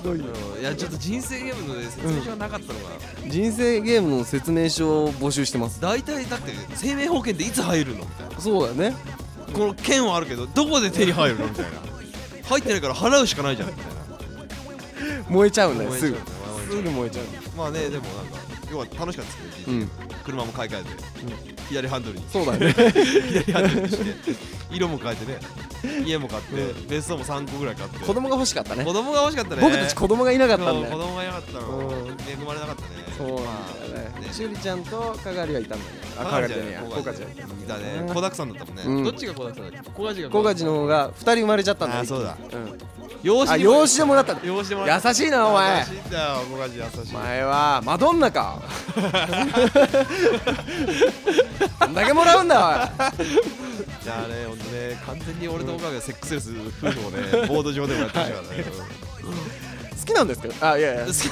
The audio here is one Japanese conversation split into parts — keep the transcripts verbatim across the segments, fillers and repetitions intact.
どいよ、 うん、いやちょっと人生ゲームの、ね、説明書がなかったのが、 うん、人生ゲームの説明書を募集してます。 大体だって生命保険っていつ入るのみたいな。 そうだよね。 この券はあるけどどこで手に入るのみたいな。入ってないから払うしかないじゃんみたいな。 燃えちゃうんだよ、すぐ燃えちゃうすぐ燃えちゃう。 まあね、でもなんか要は楽しかったですけど、 うん、 車も買い替えて、うん、左ハンドルにそうだね左ハンドルにして色も変えてね、家も買って、うん、別荘もさんこぐらい買って。 子供が欲しかったね。 子供が欲しかったね。 僕たち子供がいなかったんだよ。 子供がいなかったの、うん、恵まれなかったね。 そうなんだよね。しゅりちゃんとかがりはいたんだね。あ、かがりじゃねえや、こがちゃんいたね。子だくさんだったもんね、うん、どっちが子だくさんだっけ。こがちがこがちの方がふたり生まれちゃったんだよ。 あ、そうだ、 うん、 養子あ、養子でもらったんだ。 養子でもらった。 優しいなお前。 優しいんだよ、こがち優しい。 前はマドンナかどんだけもらうんだおい。 いやね、ほんとね、完全に俺とおかげセックスレス夫婦をね、ボード上でもやってましたからね。 好きなんですけど、あ、いやいや好き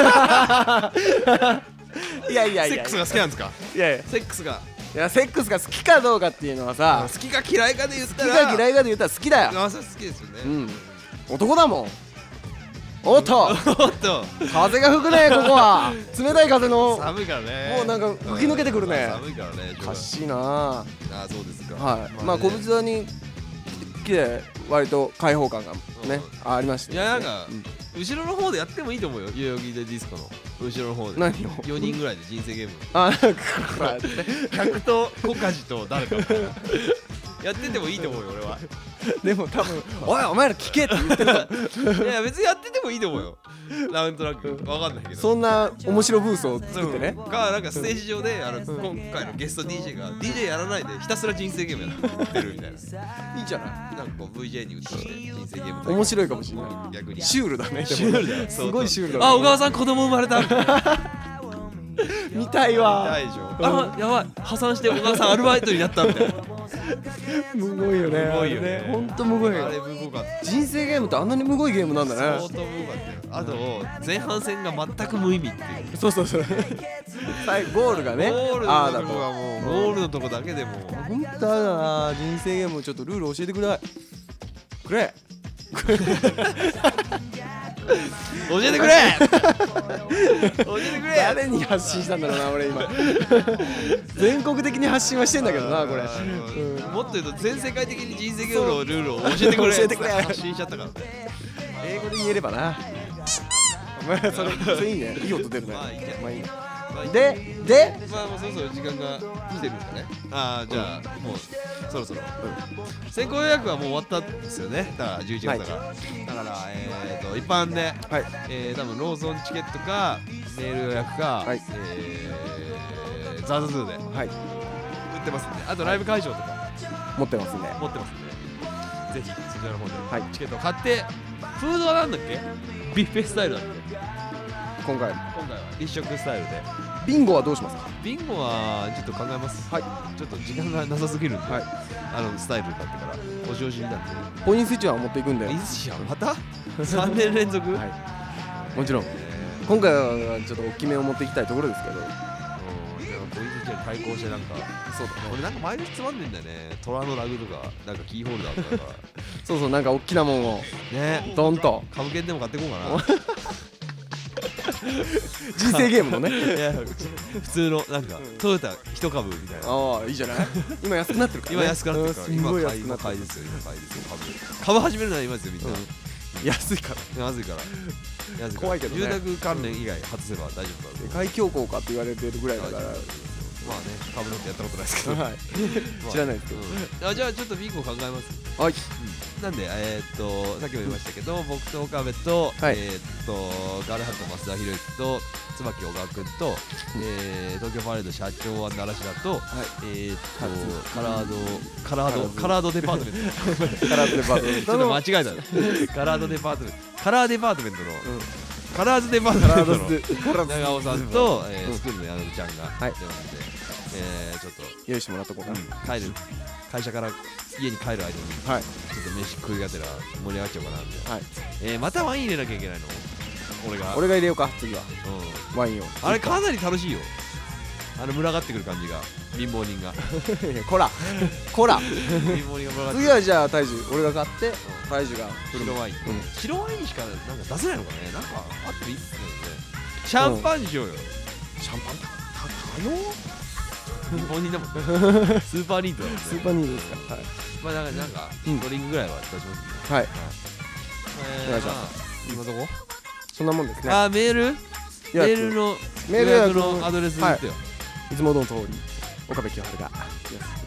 いやいやいや、 セックスが好きなんですか。 いやいや、 セックスが、 いや、セックスが好きかどうかっていうのはさ、 好きか嫌いかで言ったら、 好きか嫌いかで言ったら好きだよ。 あ、そう好きですよね。 うん、男だもん。おっとおっと、 風が吹くね、ここは冷たい風の。 寒いからね。 もうなんか吹き抜けてくるね。 寒いからね。 おかしいな。 あ、そうですか。 はい、まあ小淵座に来て割と開放感がねありました。 いや、なんか後ろの方でやってもいいと思うよ、代々木でディスコの後ろの方で。 何をよにんぐらいで人生ゲーム、 あ、 客と小梶と誰かやっててもいいと思うよ、俺は。 でも多分おいお前ら聞けって言ってる。 いや、別にやっててもいいと思うよ、ラウンドラック。わかんないけど、 そんな面白ブースを作ってね。 か、なんかステージ上であの今回のゲスト ディージェー が ディージェー やらないでひたすら人生ゲームやってるみたいな。 いいじゃない。 なんかこう ブイジェー に移して人生ゲーム面白いかもしれない。 逆にシュールだね。 シュールだよ。 すごいシュールだ。 あ、小川さん子供生まれた。 見たいわ。 大丈夫。あ、やばい、破産して小川さんアルバイトになったみたいな。 むごいよね。 むごいよね。 ほんとむごいよ。 あれむごかった。 人生ゲームってあんなにむごいゲームなんだね。 相当むごかったよ。あと前半戦が全く無意味っていう。 そうそうそう。最後ゴールがね。 ゴールああだと。 のとこがもうゴールのとこだけでもう。 ほんとだな。人生ゲームちょっとルール教えてくれ。くれ。 教えてくれ。教えてくれ。 誰に発信したんだろうな、俺今。全国的に発信はしてんだけどな、これ。 もっと言うと全世界的に人生ゲームのルールを教えてくれ。 教えてくれ。 発信しちゃったからね。 英語で言えればな。お前それそれいいね。いい音出るね。 まあいいね。 まあいいね。でで、 まあもうそろそろ時間が来てるんだね。ああ、じゃあもうそろそろ先行予約はもう終わったんですよね。だからじゅういちがつだから、だからえっと一般でえ多分ローソンチケットかメール予約かえザーズーで売ってますんで、あとライブ会場とか持ってますんで持ってますんで、ぜひそちらの方でチケットを買って、フードはなんだっけ、ビュッフェスタイルだっけ。 今回今回は立食スタイルで。 ビンゴはどうしますか。 ビンゴはちょっと考えます。はい、ちょっと時間がなさすぎるんで、はい、あのスタイルだってからお上司になってポインスイッチは持っていくんで。 ポインスイッチはまたさんねん連続。はい、 もちろん今回はちょっと大きめを持っていきたいところですけど、うん、でもポインスイッチに対抗してなんか、そうだね、俺なんか毎日つまんでんだよね。虎のラグとかなんかキーホルダーとかそうそう、なんか大きなもんをね、 ドンと株券でも買ってこうかな。 人生ゲームのね。 いや普通のなんかトヨタ一株みたいな。 ああ、いいじゃない。今安くなってるからね。 今安くなってるから、今買いですよ。今買いですよ、株株始めるのは今ですよ、みんな。 安いから安いから安いから。 怖いけどね。 住宅関連以外外せば大丈夫だ。 世界恐慌かって言われてるぐらいだから、 まあね、株なんてやったことないですけど、 知らないですけど。 あ、じゃあちょっとビンゴ考えます。 はい。 なんで、えっとさっきも言いましたけど、僕と岡部とえっとガルハット増田博之と椿小川君と東京パレード社長は奈良市だと、えっとカラードカラードカラードデパートメントカラードデパートメントちょっと間違えたね。カラードデパートメントカラーデパートメントのカラーズデパートメントの長尾さんとスクールの矢野ちゃんが出ますので、ちょっと用意してもらっとこうかな。 帰る会社から家に帰る間にちょっと飯食いがてら盛り上がっちゃうかなみたいな。はい、えー、またワイン入れなきゃいけないの。俺が俺が入れようか、次はワインを。 あれかなり楽しいよ。 あの群がってくる感じが貧乏人がこらこら貧乏人が群がってくる。 次はじゃあ大樹俺が買って大樹が白ワイン、 うん白ワインしかなんか出せないのかね。なんかあっていいっすね。シャンパンにしようよ。 シャンパン高よ貧乏人だもんね。スーパーニートだもんね。 スーパーニードですか。はいまあなんかなんかうんドリンクぐらいは出しますね。 はいえーお願いしままあ今どこ？ そんなもんですね。 あーメール？メ予約ールのメール予約予約のアドレス言ってよ。 いつもの通り岡部清春が言わせていただきます。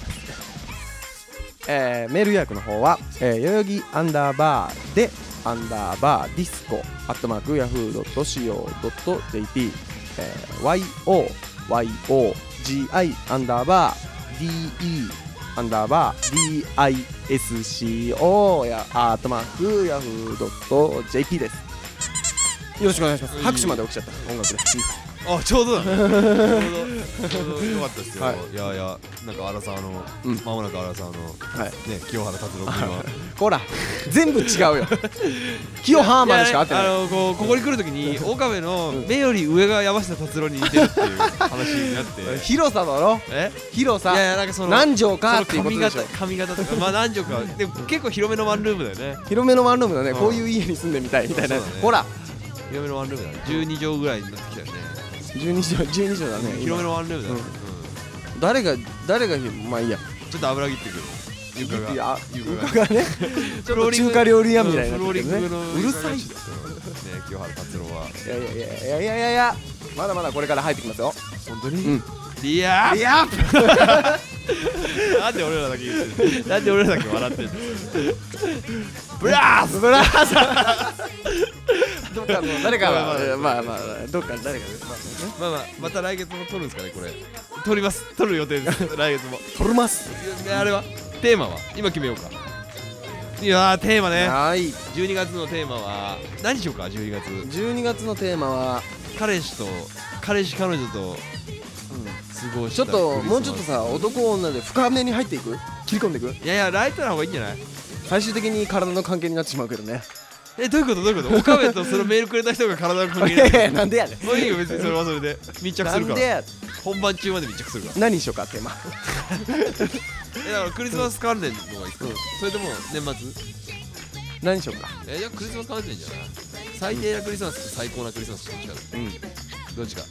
えーメール予約の方は、えー、代々木アンダーバーでアンダーバーディスコアットマークヤフードットシーオードットジェーピー、えー、ワイオーワイオージーアイ アンダーバー ディーイー アンダーバー ディーアイエスシーオー やアットマークヤフードットジェーピー です。よろしくお願いします。拍手まで起きちゃった音楽で。 あ、ちょうどだね。ちょうど、ちょうどよかったですよ。 はいいやいや、なんか荒沢の、 うんまもなく荒沢の、 はいね、清原達郎君は。 こら全部違うよ清ハーマンしか合ってない。 あの、こう、ここに来るときに、岡部の目より上が山下達郎に似てるっていう話になって。 広さだろえ広さいやいや、なんかその、 何畳かっていうこと髪でしょ型、髪型とか、まあ何畳か、でも結構広めのワンルームだよね。 広めのワンルームだね、 うんこういう家に住んでみたいみたいな、 そうだねほら広めのワンルームだね。じゅうに畳ぐらいになってきたよね。 じゅうに畳じゅうに畳だね。 広めのワンルームだね。 うんうん誰が誰がまあいいやちょっと油切ってくる。床が。 いや床が。 床がねちょっと中華料理屋みたいになフローってるねリングのうるさい。いね、清原達郎は。 やいやいやいやいやいやいやまだまだこれから入ってきますよ。 本当にうんいやいやなんで俺らだけ言ってるなんで俺らだけ笑ってんのブラースブラースどっかの誰かまあまあがまあまあどっかの誰かがまあまあまた来月も撮るんですかねこれ撮ります撮る予定です来月も取りますであれはテーマは今決めようかいやーテーマねはいじゅうにがつのテーマは何しようかじゅうにがつじゅうにがつのテーマは彼氏と彼氏彼女と過ごしたちょっとクリスマスもうちょっとさ男女で深めに入っていく切り込んでいくいやいやライトな方がいいんじゃない最終的に体の関係になってしまうけどねえどういうことどういうこと岡部とそのメールくれた人が体の関係いになってやいやなんでやねんもういいよ別にそれはそれで密着するからなんでや本番中まで密着するから何にしようかテーマえだからクリスマス関連の方がいいですか、 うんそれとも年末何にしようかえじゃあクリスマス関連じゃない最低なクリスマスと最高なクリスマスどっちかうんどっちか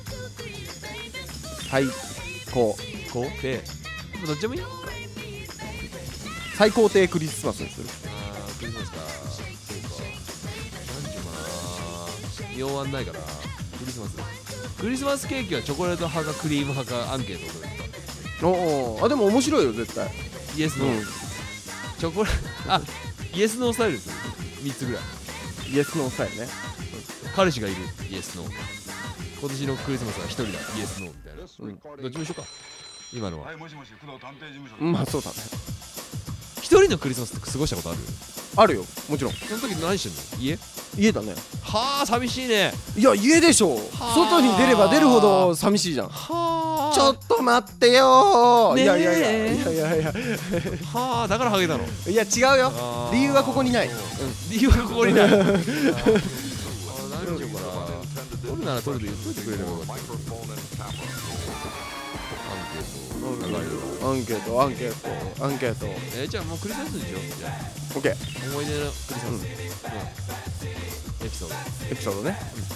最高こうでどっちでもいい最高低クリスマスにするあークリスマスかそうか何しようかな妙案ないからクリスマスクリスマスケーキはチョコレート派かクリーム派かアンケートを取ったおおあでも面白いよ絶対イエスノー、 うんチョコレあイエスノースタイルですみっつぐらいイエスノースタイルね彼氏がいるイエスノー今年のクリスマスは一人だイエスノーみたいな、 うんどっちも一緒か今のははい、もしもし、工藤探偵事務所。 まあそうだね一人のクリスマスって過ごしたことあるあるよもちろんその時何してんの家家だねはあ寂しいねいや家でしょあ外に出れば出るほど寂しいじゃんはあちょっと待ってよーねえいやいやいやいやいやいやはあだからハゲたのいや違うよあー理由はここにない理由はここにないあー何しようかな取るなら取るで言っといてくれればよかったアンケート長いよアンケートアンケートアンケートえー、じゃあもうクリスマスにしようじゃあオッケー思い出のクリスマス、うんエピソードエピソードね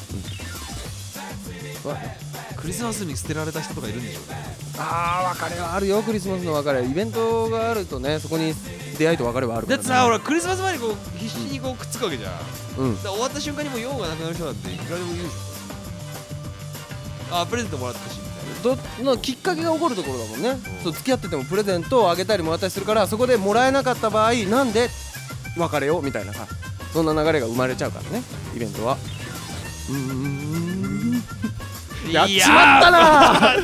クリスマスに捨てられた人とかいるんでしょうねああ別れはあるよクリスマスの別れイベントがあるとねそこに出会いと別れはあるから、ね、 だってさほらクリスマス前にこう必死にこうくっつくわけじゃん、 うんだから終わった瞬間にもう用がなくなる人なんていくらでもいるでしょあプレゼントもらったしみたいなどのきっかけが起こるところだもんね、 うんそう付き合っててもプレゼントをあげたりもらったりするからそこでもらえなかった場合なんで別れようみたいなさそんな流れが生まれちゃうからねイベントはうーんやっちまったな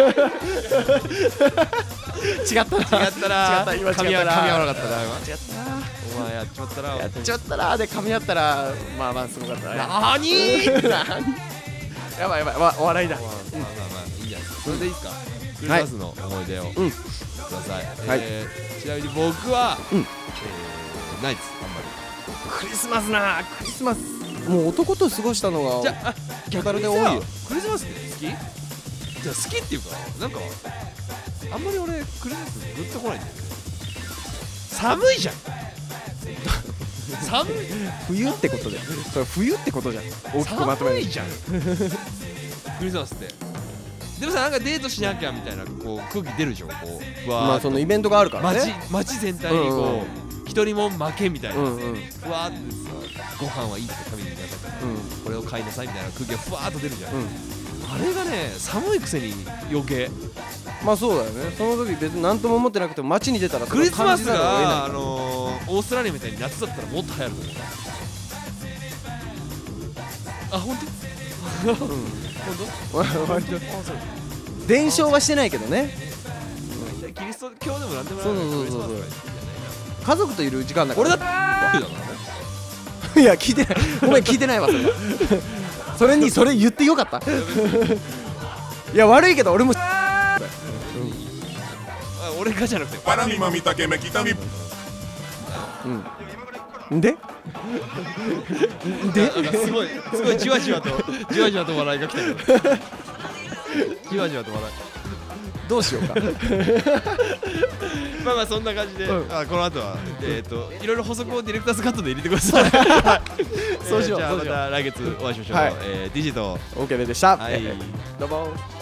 違ったな違ったな違った今違ったな噛み合わ噛み合わなかったな今違ったなお前やっちまったなやっちゃったなで噛み合ったらまあまあすごかったねなーにーなーにやばいやばいわお笑いだまあまあまあいいんじゃないですかそれでいいですかクリスマスの思い出をくうんださいはいえーちなみに僕はうんえーないですあんまりクリスマスなクリスマスもう男と過ごしたのがじゃあギャタルで多いよクリスマスって好きじゃあ好きっていうかなんかあんまり俺クリスマスグッと来ないんだよ。寒いじゃん寒い冬ってことでそれ冬ってことじゃん。大きくまとめる寒いじゃんクリスマスって。でもさなんかデートしなきゃみたいなこう空気出るじゃん。こううわーまあそのイベントがあるからね。 街街全体にこう、 うんうん一人も負けみたいな、 うんうんふわーってさご飯はいいって神に言われたから、 うんこれを買いなさいみたいな空気がふわーっと出るじゃん、 うんあれがね寒いくせに余計まあそうだよね。その時別に何とも思ってなくても街に出たらそれをクリスマス感じざるを得ないが、あのー、オーストラリアみたいに夏だったらもっと流行ると思う。あ、ほんとうんほんと割とあ、そう伝承はしてないけどね。 キリスト教でもなんでもないそうそうそうそうクリスマスがいいんじゃない家族といる時間だから俺だってだからねいや聞いてないごめん聞いてないわそれそれにそれ言ってよかったいや悪いけど俺もあ俺がじゃなくてパラミマミタケメキタミうんででなんかすごいすごいじわじわとじわじわと笑いが来たけどじわじわと笑いどうしようかまあまあそんな感じで、 うんあこの後はえっ、ー、といろいろ補足をディレクターズカットで入れてくださいはいそうしようえーじゃあまそうしようた来月お会いしましょう、 はいえー、ディジと OK でした、 はいどうも。